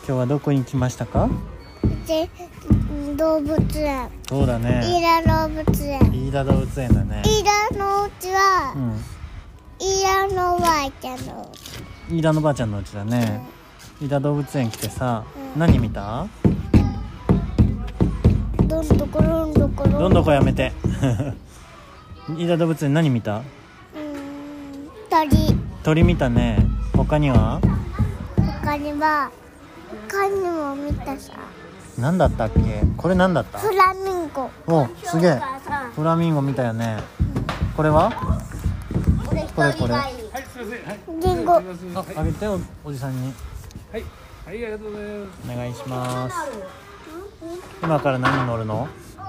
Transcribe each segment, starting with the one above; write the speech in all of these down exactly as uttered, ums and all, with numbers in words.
今日はどこに来ましたか？ で動物園。 そうだね。 飯田動物園。 飯田動物園だね。 飯田のお家は、 うん。 飯田のおばあちゃんのお家。 飯田のばあちゃんのお家だね。うん、飯田動物園来てさ、うん、何見た？ どんどこどんどこどんどこ。 どんどこやめて。飯田動物園何見た？ うーん、鳥。 鳥見たね。他には？ 他には他にも見たさ。 何だったっけ？これ何だった？ フラミンゴ。 お、すげえ。フラミンゴ見たよね。これは？これこれ。 リンゴ。あ、 あげて お, おじさんに。 はい、はい、ありがとうございます。 お願いします。今から何乗るの？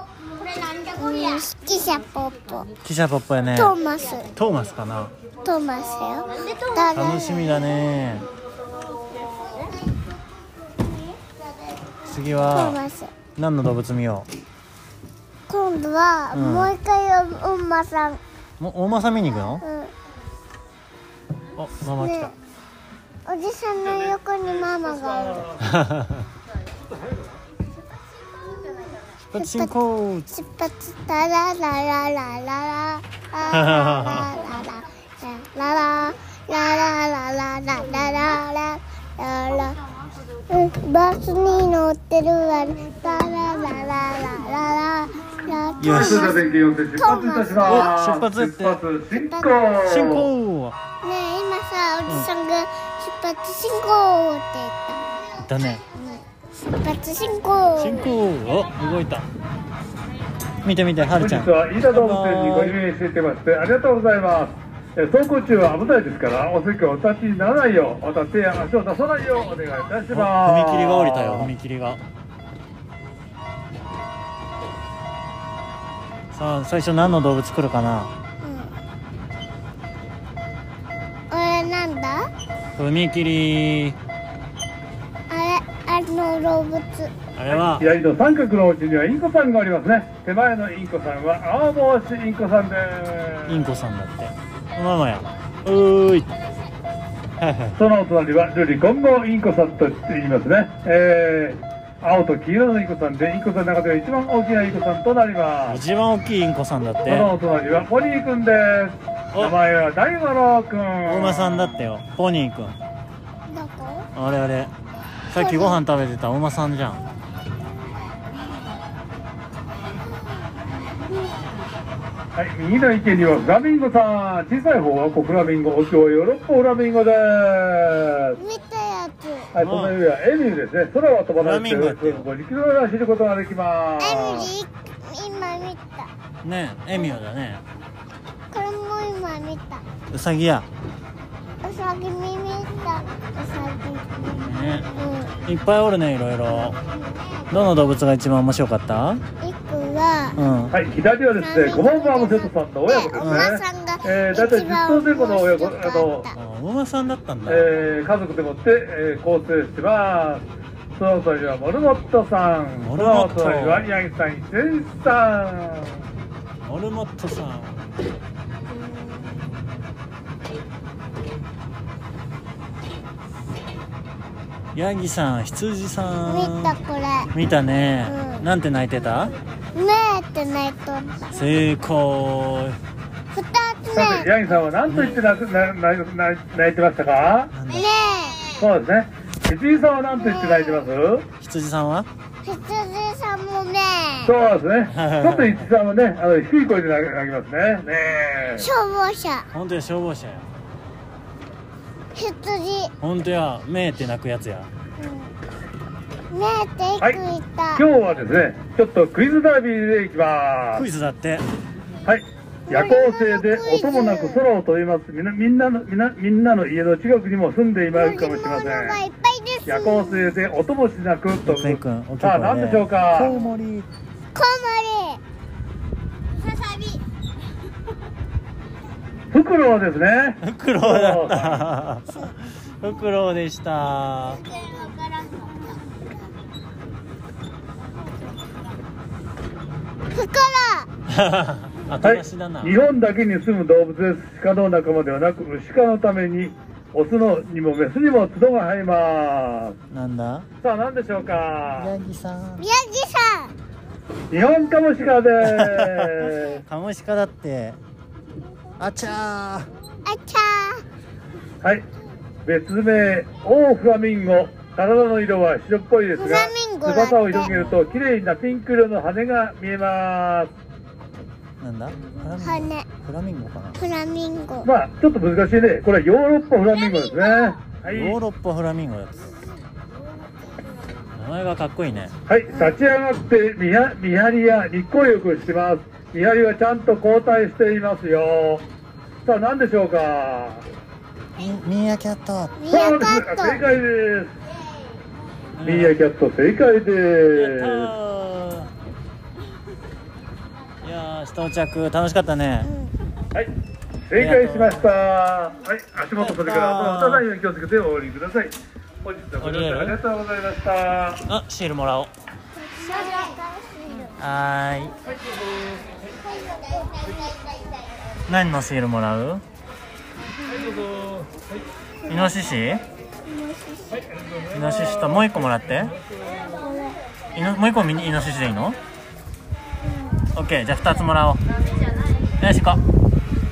汽車ポッポ。 汽車ポッポやね。 トーマス。 トーマスかな。 トーマスよ。 楽しみだね。次は何の動物見よう？ 今度はもう一回お馬さん。 もうお馬さん見に行くの？ うん。 お、ママ来た。 おじさんの横にママがいる。 出発進行。 出発タラララララララララララララララバスに乗ってるわね。ラララララララ。 よし。 出発いたします。 出発って。 出発進行。 進行。 ねえ今さおじさんが出発進行って言った。 だね。 出発進行。 進行。お、動いた。見て見て、はるちゃん。 本日は飯田動物園にご入園していただきましてありがとうございます。走行中は危ないですからお席をお立ちにならないようまた手や足を出さないようお願いいたします。 踏切が降りたよ、踏切が。さあ最初何の動物来るかな。 うん、あれなんだ？ 踏切。 あれあの動物。 あれは左の三角のうちにはインコさんがありますね。手前のインコさんは青帽子インコさんです。 インコさんだって。ママや。うーい。 そのお隣はルリコンゴインコさんと言いますね。えー、青と黄色のインコさんでインコさんの中では一番大きなインコさんとなります。 一番大きいインコさんだって。 そのお隣はポニーくんです。名前は大五郎くん。 お馬さんだってよ、ポニーくん。 どこ？ あれあれ。さっきご飯食べてたお馬さんじゃん。 はい、右の池にはフラミンゴさん、小さい方はコフラミンゴ、大きい方はヨーロッパフラミンゴです。 見たやつ。 はい、その上はエミューですね。空は飛ばないですけど、ごじゅっキロぐらい走ることができます。 エミリ今見た。 ねえ、エミューだね。 これも今見た。 ウサギや。 ウサギ耳した。ウサギ。 ね、 うん。 いっぱいおるね、いろいろ。どの動物が一番面白かった？ いくは、 うん。 はい、左はですね、ゴマンバームセットさんの親子ですね。 お馬さんがえー、だいたいじゅっ頭前後の親子、あの、 お馬さんだったんだ。 えー、家族でもって、えー、構成してます。その隣はモルモットさん。 モルモット。 その隣はヤギさん、イセンさん。モルモットさん。ヤギさん、羊さん。 見たこれ。 見たね。 うん、 なんて泣いてた？ ねえって泣いとった。 正解。 二つさて、 目。 ヤギさんは何と言って泣ななな泣いてましたか？ ねえ。 そうですね。羊さんは何と言って泣いてます？ 羊さんは？ 羊さんもね。 そうですね。ちょっと羊さんはね、あの低い声で泣きますね。ねえ。 消防車。 本当や、消防車や。 羊。 本当や、めーって鳴くやつや。 うん、ねえっていくいた。 はい、今日はですね、ちょっとクイズダービーでいきます。 クイズだって。 はい。夜行性で音もなく空を飛びます。みんな、みんなの、みんな、みんなの家の近くにも住んでいますかもしれません。夜行性で音もしなく飛ぶ。さあ、何でしょうか。 コウモリ。 コウモリ。ササビ。 フクロウですね。 フクロウだった。フクロウでした。 フクロウ。 はい、日本だけに住む動物です。鹿の仲間ではなく、鹿のためにオスのにもメスにも角が生えます。 なんなんだ。 さあ何でしょうか。 ヤギさん。 宮城さん。 日本カモシカでーす。 カモシカだって。あちゃー。 あちゃはい。別名オオフラミンゴ。体の色は白っぽいですフがラミンゴだって翼を広げると綺麗なピンク色の羽が見えます。 なんだ。フラミンゴ。 羽。 フラミンゴかな。 フラミンゴ。 まあちょっと難しいね。これはヨーロッパフラミンゴですね。はい。 ヨーロッパフラミンゴだ。名前がかっこいいね。 はい、立ち上がって見や見張りや日光浴してます。見張りはちゃんと交代していますよ。さあ何でしょうか。 ミミーアキャット。 ミヤカッそうです。 ト。 正解です。ミーアキャット正解やったです。 ー。いやー到着楽しかったね。 はい、正解しました。はい、足元それから頭を打たないように気をつけてお降りください。本日はご乗車ありがとうございました。 あ、シールもらおう。はーい。何のシールもらう？イノシシ？イノシシともう一個もらって。イノもう一個ミニイノシシでいいの？オッケー、じゃあ二つもらおう。よし行こう。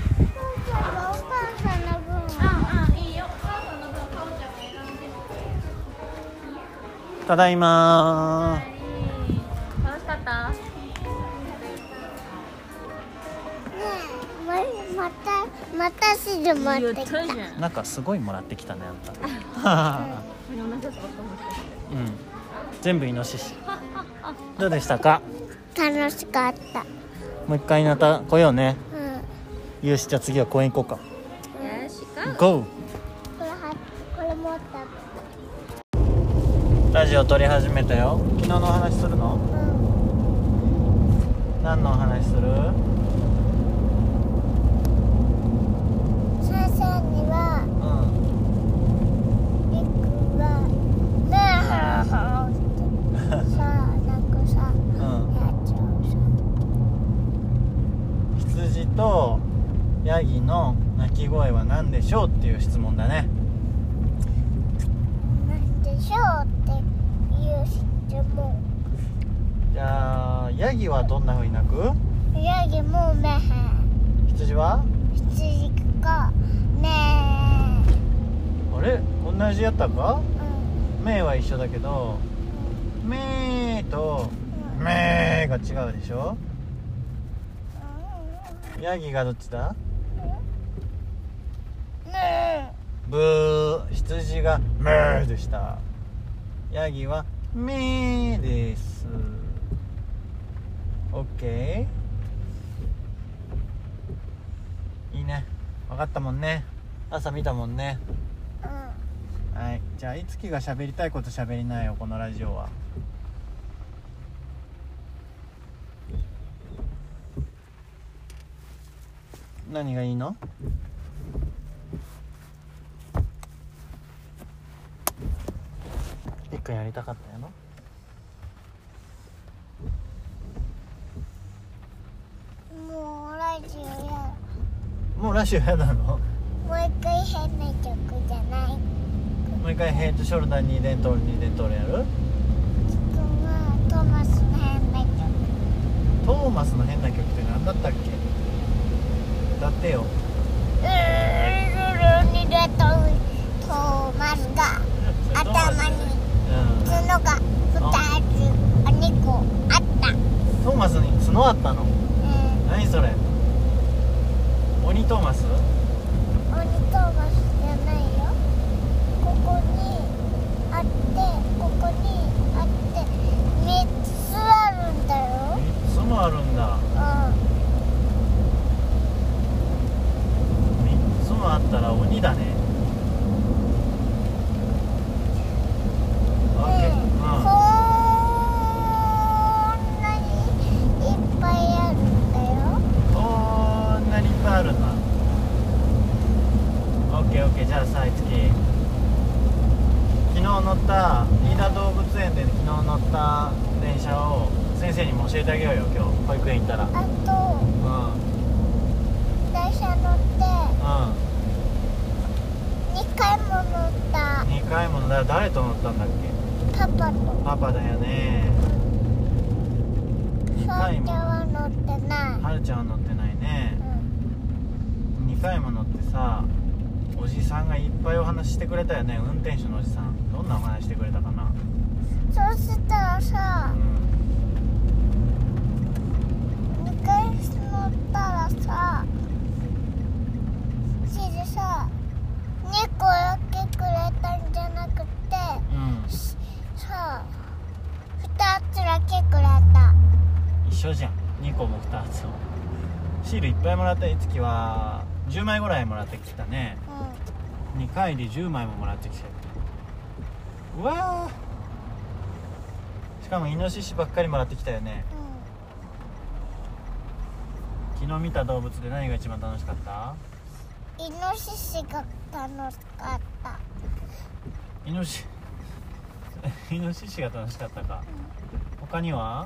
ただいまー。 楽しかった。 ねえ、またまたシール持ってきた。 なんかすごいもらってきたね、あんた。うん、全部イノシシ。どうでしたか？ 楽しかった。 もう一回また来ようね。 うん。 よし、じゃあ次は公園行こうか。 よし、行こう。 ゴー。 これはこれ持った。 ラジオ撮り始めたよ。昨日の話するの？ うん。 何の話する？ 先生にはうん。 リクはねえさあなんかさうん。 やっちゃうさ。 羊とヤギの鳴き声は何でしょうっていう質問だね。 なんでしょうっていう質問。 じゃあヤギはどんな風に鳴く？ ヤギもめへん。 羊は？ 羊がめあれ同じやったか？ うん目は一緒だけどめーとめーが違うでしょ。ヤギがどっちだ？ ねブー。羊がメーでした。ヤギはメーです。オッケー。いいね。分かったもんね。朝見たもんね。 うんはい。じゃあいつきが喋りたいこと喋りないよ、このラジオは。何がいいの？いっくんやりたかったやろ？ もうラジオやもうラジオやだの？ もう一回変な曲じゃない。 もう一回ヘイトショルダーにでん通りにでん通りやる？ 君はトーマスの変な曲。 トーマスの変な曲って何だったっけ？歌ってよ。 うーるるにでとトーマスが頭にうん。 角がふたつにこあった。 トーマスに角あったの？ うん何それ？鬼トーマス？ 鬼トーマスじゃないよ。ここにあってここにあってみっつあるんだよ。 みっつもあるんだ。みっつもあったら鬼だね。オッケー。 うん、こんなにいっぱいあるんだよ。 こんなにいっぱいあるんだ。オッケーオッケー。じゃあさ、いつき昨日乗った飯田動物園で昨日乗った電車を先生にも教えてあげようよ、今日保育園行ったら。うんあと電車乗ってうにかいも乗った。 ん。にかいもだ。誰と乗ったんだっけ？ パとパパだよね。にかいもそうちゃんは乗ってない。 はるちゃんは乗ってないね。にかいも乗ってさ、おじさんがいっぱいお話してくれたよね。運転手のおじさん、どんなお話してくれたかな。 そうしたらさ、にかい乗ったらさ、しでさ、にこだけくれたんじゃなくて、 うん、 さ、ふたつだけくれた。 一緒じゃん。にこもふたつもシールいっぱいもらった。いつきはじゅうまいぐらいもらってきたね。 うにかいでじゅうまいももらってきてる。うわー、しかもイノシシばっかりもらってきたよね。 ん、 昨日見た動物で何が一番楽しかった？ うん、イノシシが楽しかった。 イノシイノシシが楽しかったか。他には？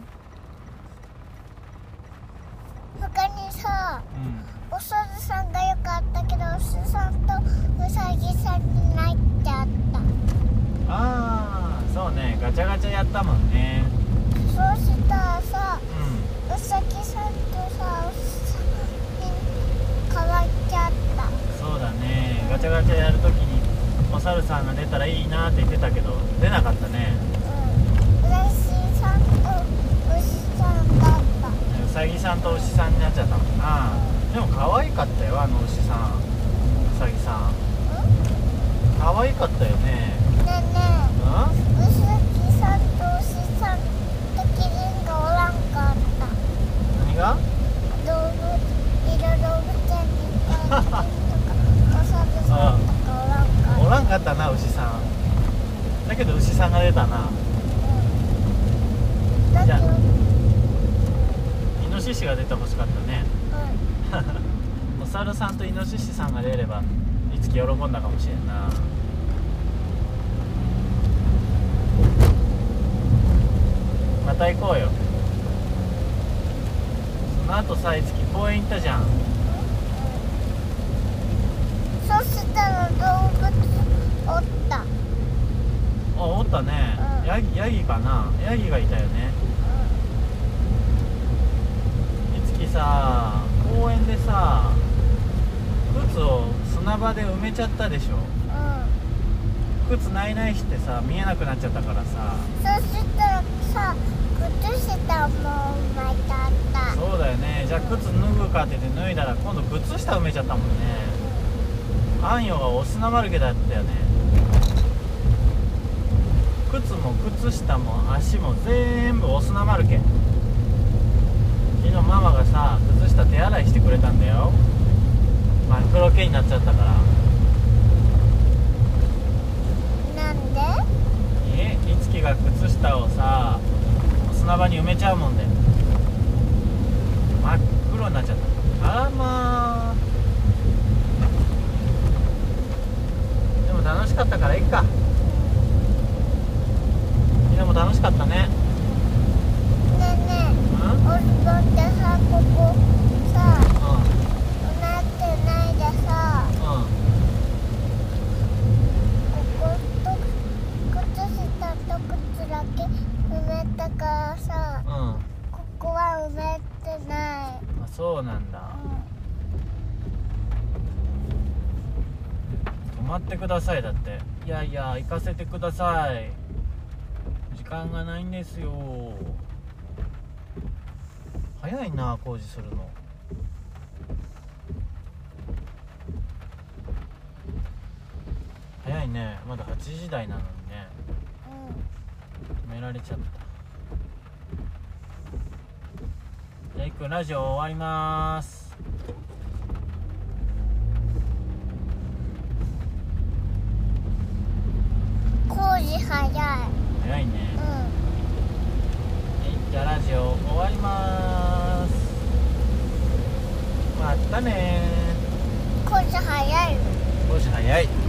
他にさ、 うん、 おそずさんが良かったけど、おすさんとうさぎさんになっちゃった。 ああ、そうね、ガチャガチャやったもんね。 そうしたらさ、 ううさぎさんとさ、おすさんに変わっちゃった。 ん、そうだね。ガチャガチャやるときにお猿さんが出たらいいなって言ってたけど出なかったね。 うん、うさぎさんと牛さんだった。 うさぎさんと牛さんになっちゃったもんな。でも可愛かったよ、あの牛さん、うさぎさん。可愛かったよね。 ねえねえ、うさぎさんと牛さんとキリンがおらんかった。 何が？ 動物、いろ動物園に行ったらキリンとかおさるさんとかおらんかった。 おらんかったな、牛さん。だけど牛さんが出たな。 うん、だけど、 イノシシが出てほしかったね。 うん、 お猿さんとイノシシさんが出ればいつき喜んだかもしれんな。また行こうよ。その後さ、いつき公園行ったじゃん。 そしたら動物おった。 あ、おったね。 うん、 ヤギ、ヤギかな。ヤギがいたよね。いつきさ、公園でさ、靴を砂場で埋めちゃったでしょ。 うん、 靴ないないしてさ、見えなくなっちゃったからさ。 そしたらさ、靴下も埋めちゃった。 そうだよね。じゃあ靴脱ぐかって言って脱いだら今度靴下埋めちゃったもんね。あんよがお砂まるけだったよね。靴も靴下も足も全部お砂まるけ。昨日ママがさ、靴下手洗いしてくれたんだよ。真っ黒系になっちゃったから。 なんで？ え、いつきが靴下をさ、砂場に埋めちゃうもんで真っ黒になっちゃった。あらまあ、でも楽しかったからいいか。みんなも楽しかったね。 ねえねえ、 うん、 おるぼってさ、ここさ、 う埋まってないでさ、 ん、うん、 ここと靴下と靴だけ埋めたからさ、 うん、 ここは埋めてない。 あ、そうなんだ。止まってくださいだって。いやいや、行かせてください。時間がないんですよ。早いな、工事するの。早いね。まだはちじ台なのにね。 うん、 止められちゃった。じゃあいっくんラジオ終わりまーす。 工事早い。 早いね。 うん、 はい、じゃあラジオ終わりまーす。またね工事早い。 ー。工事早い。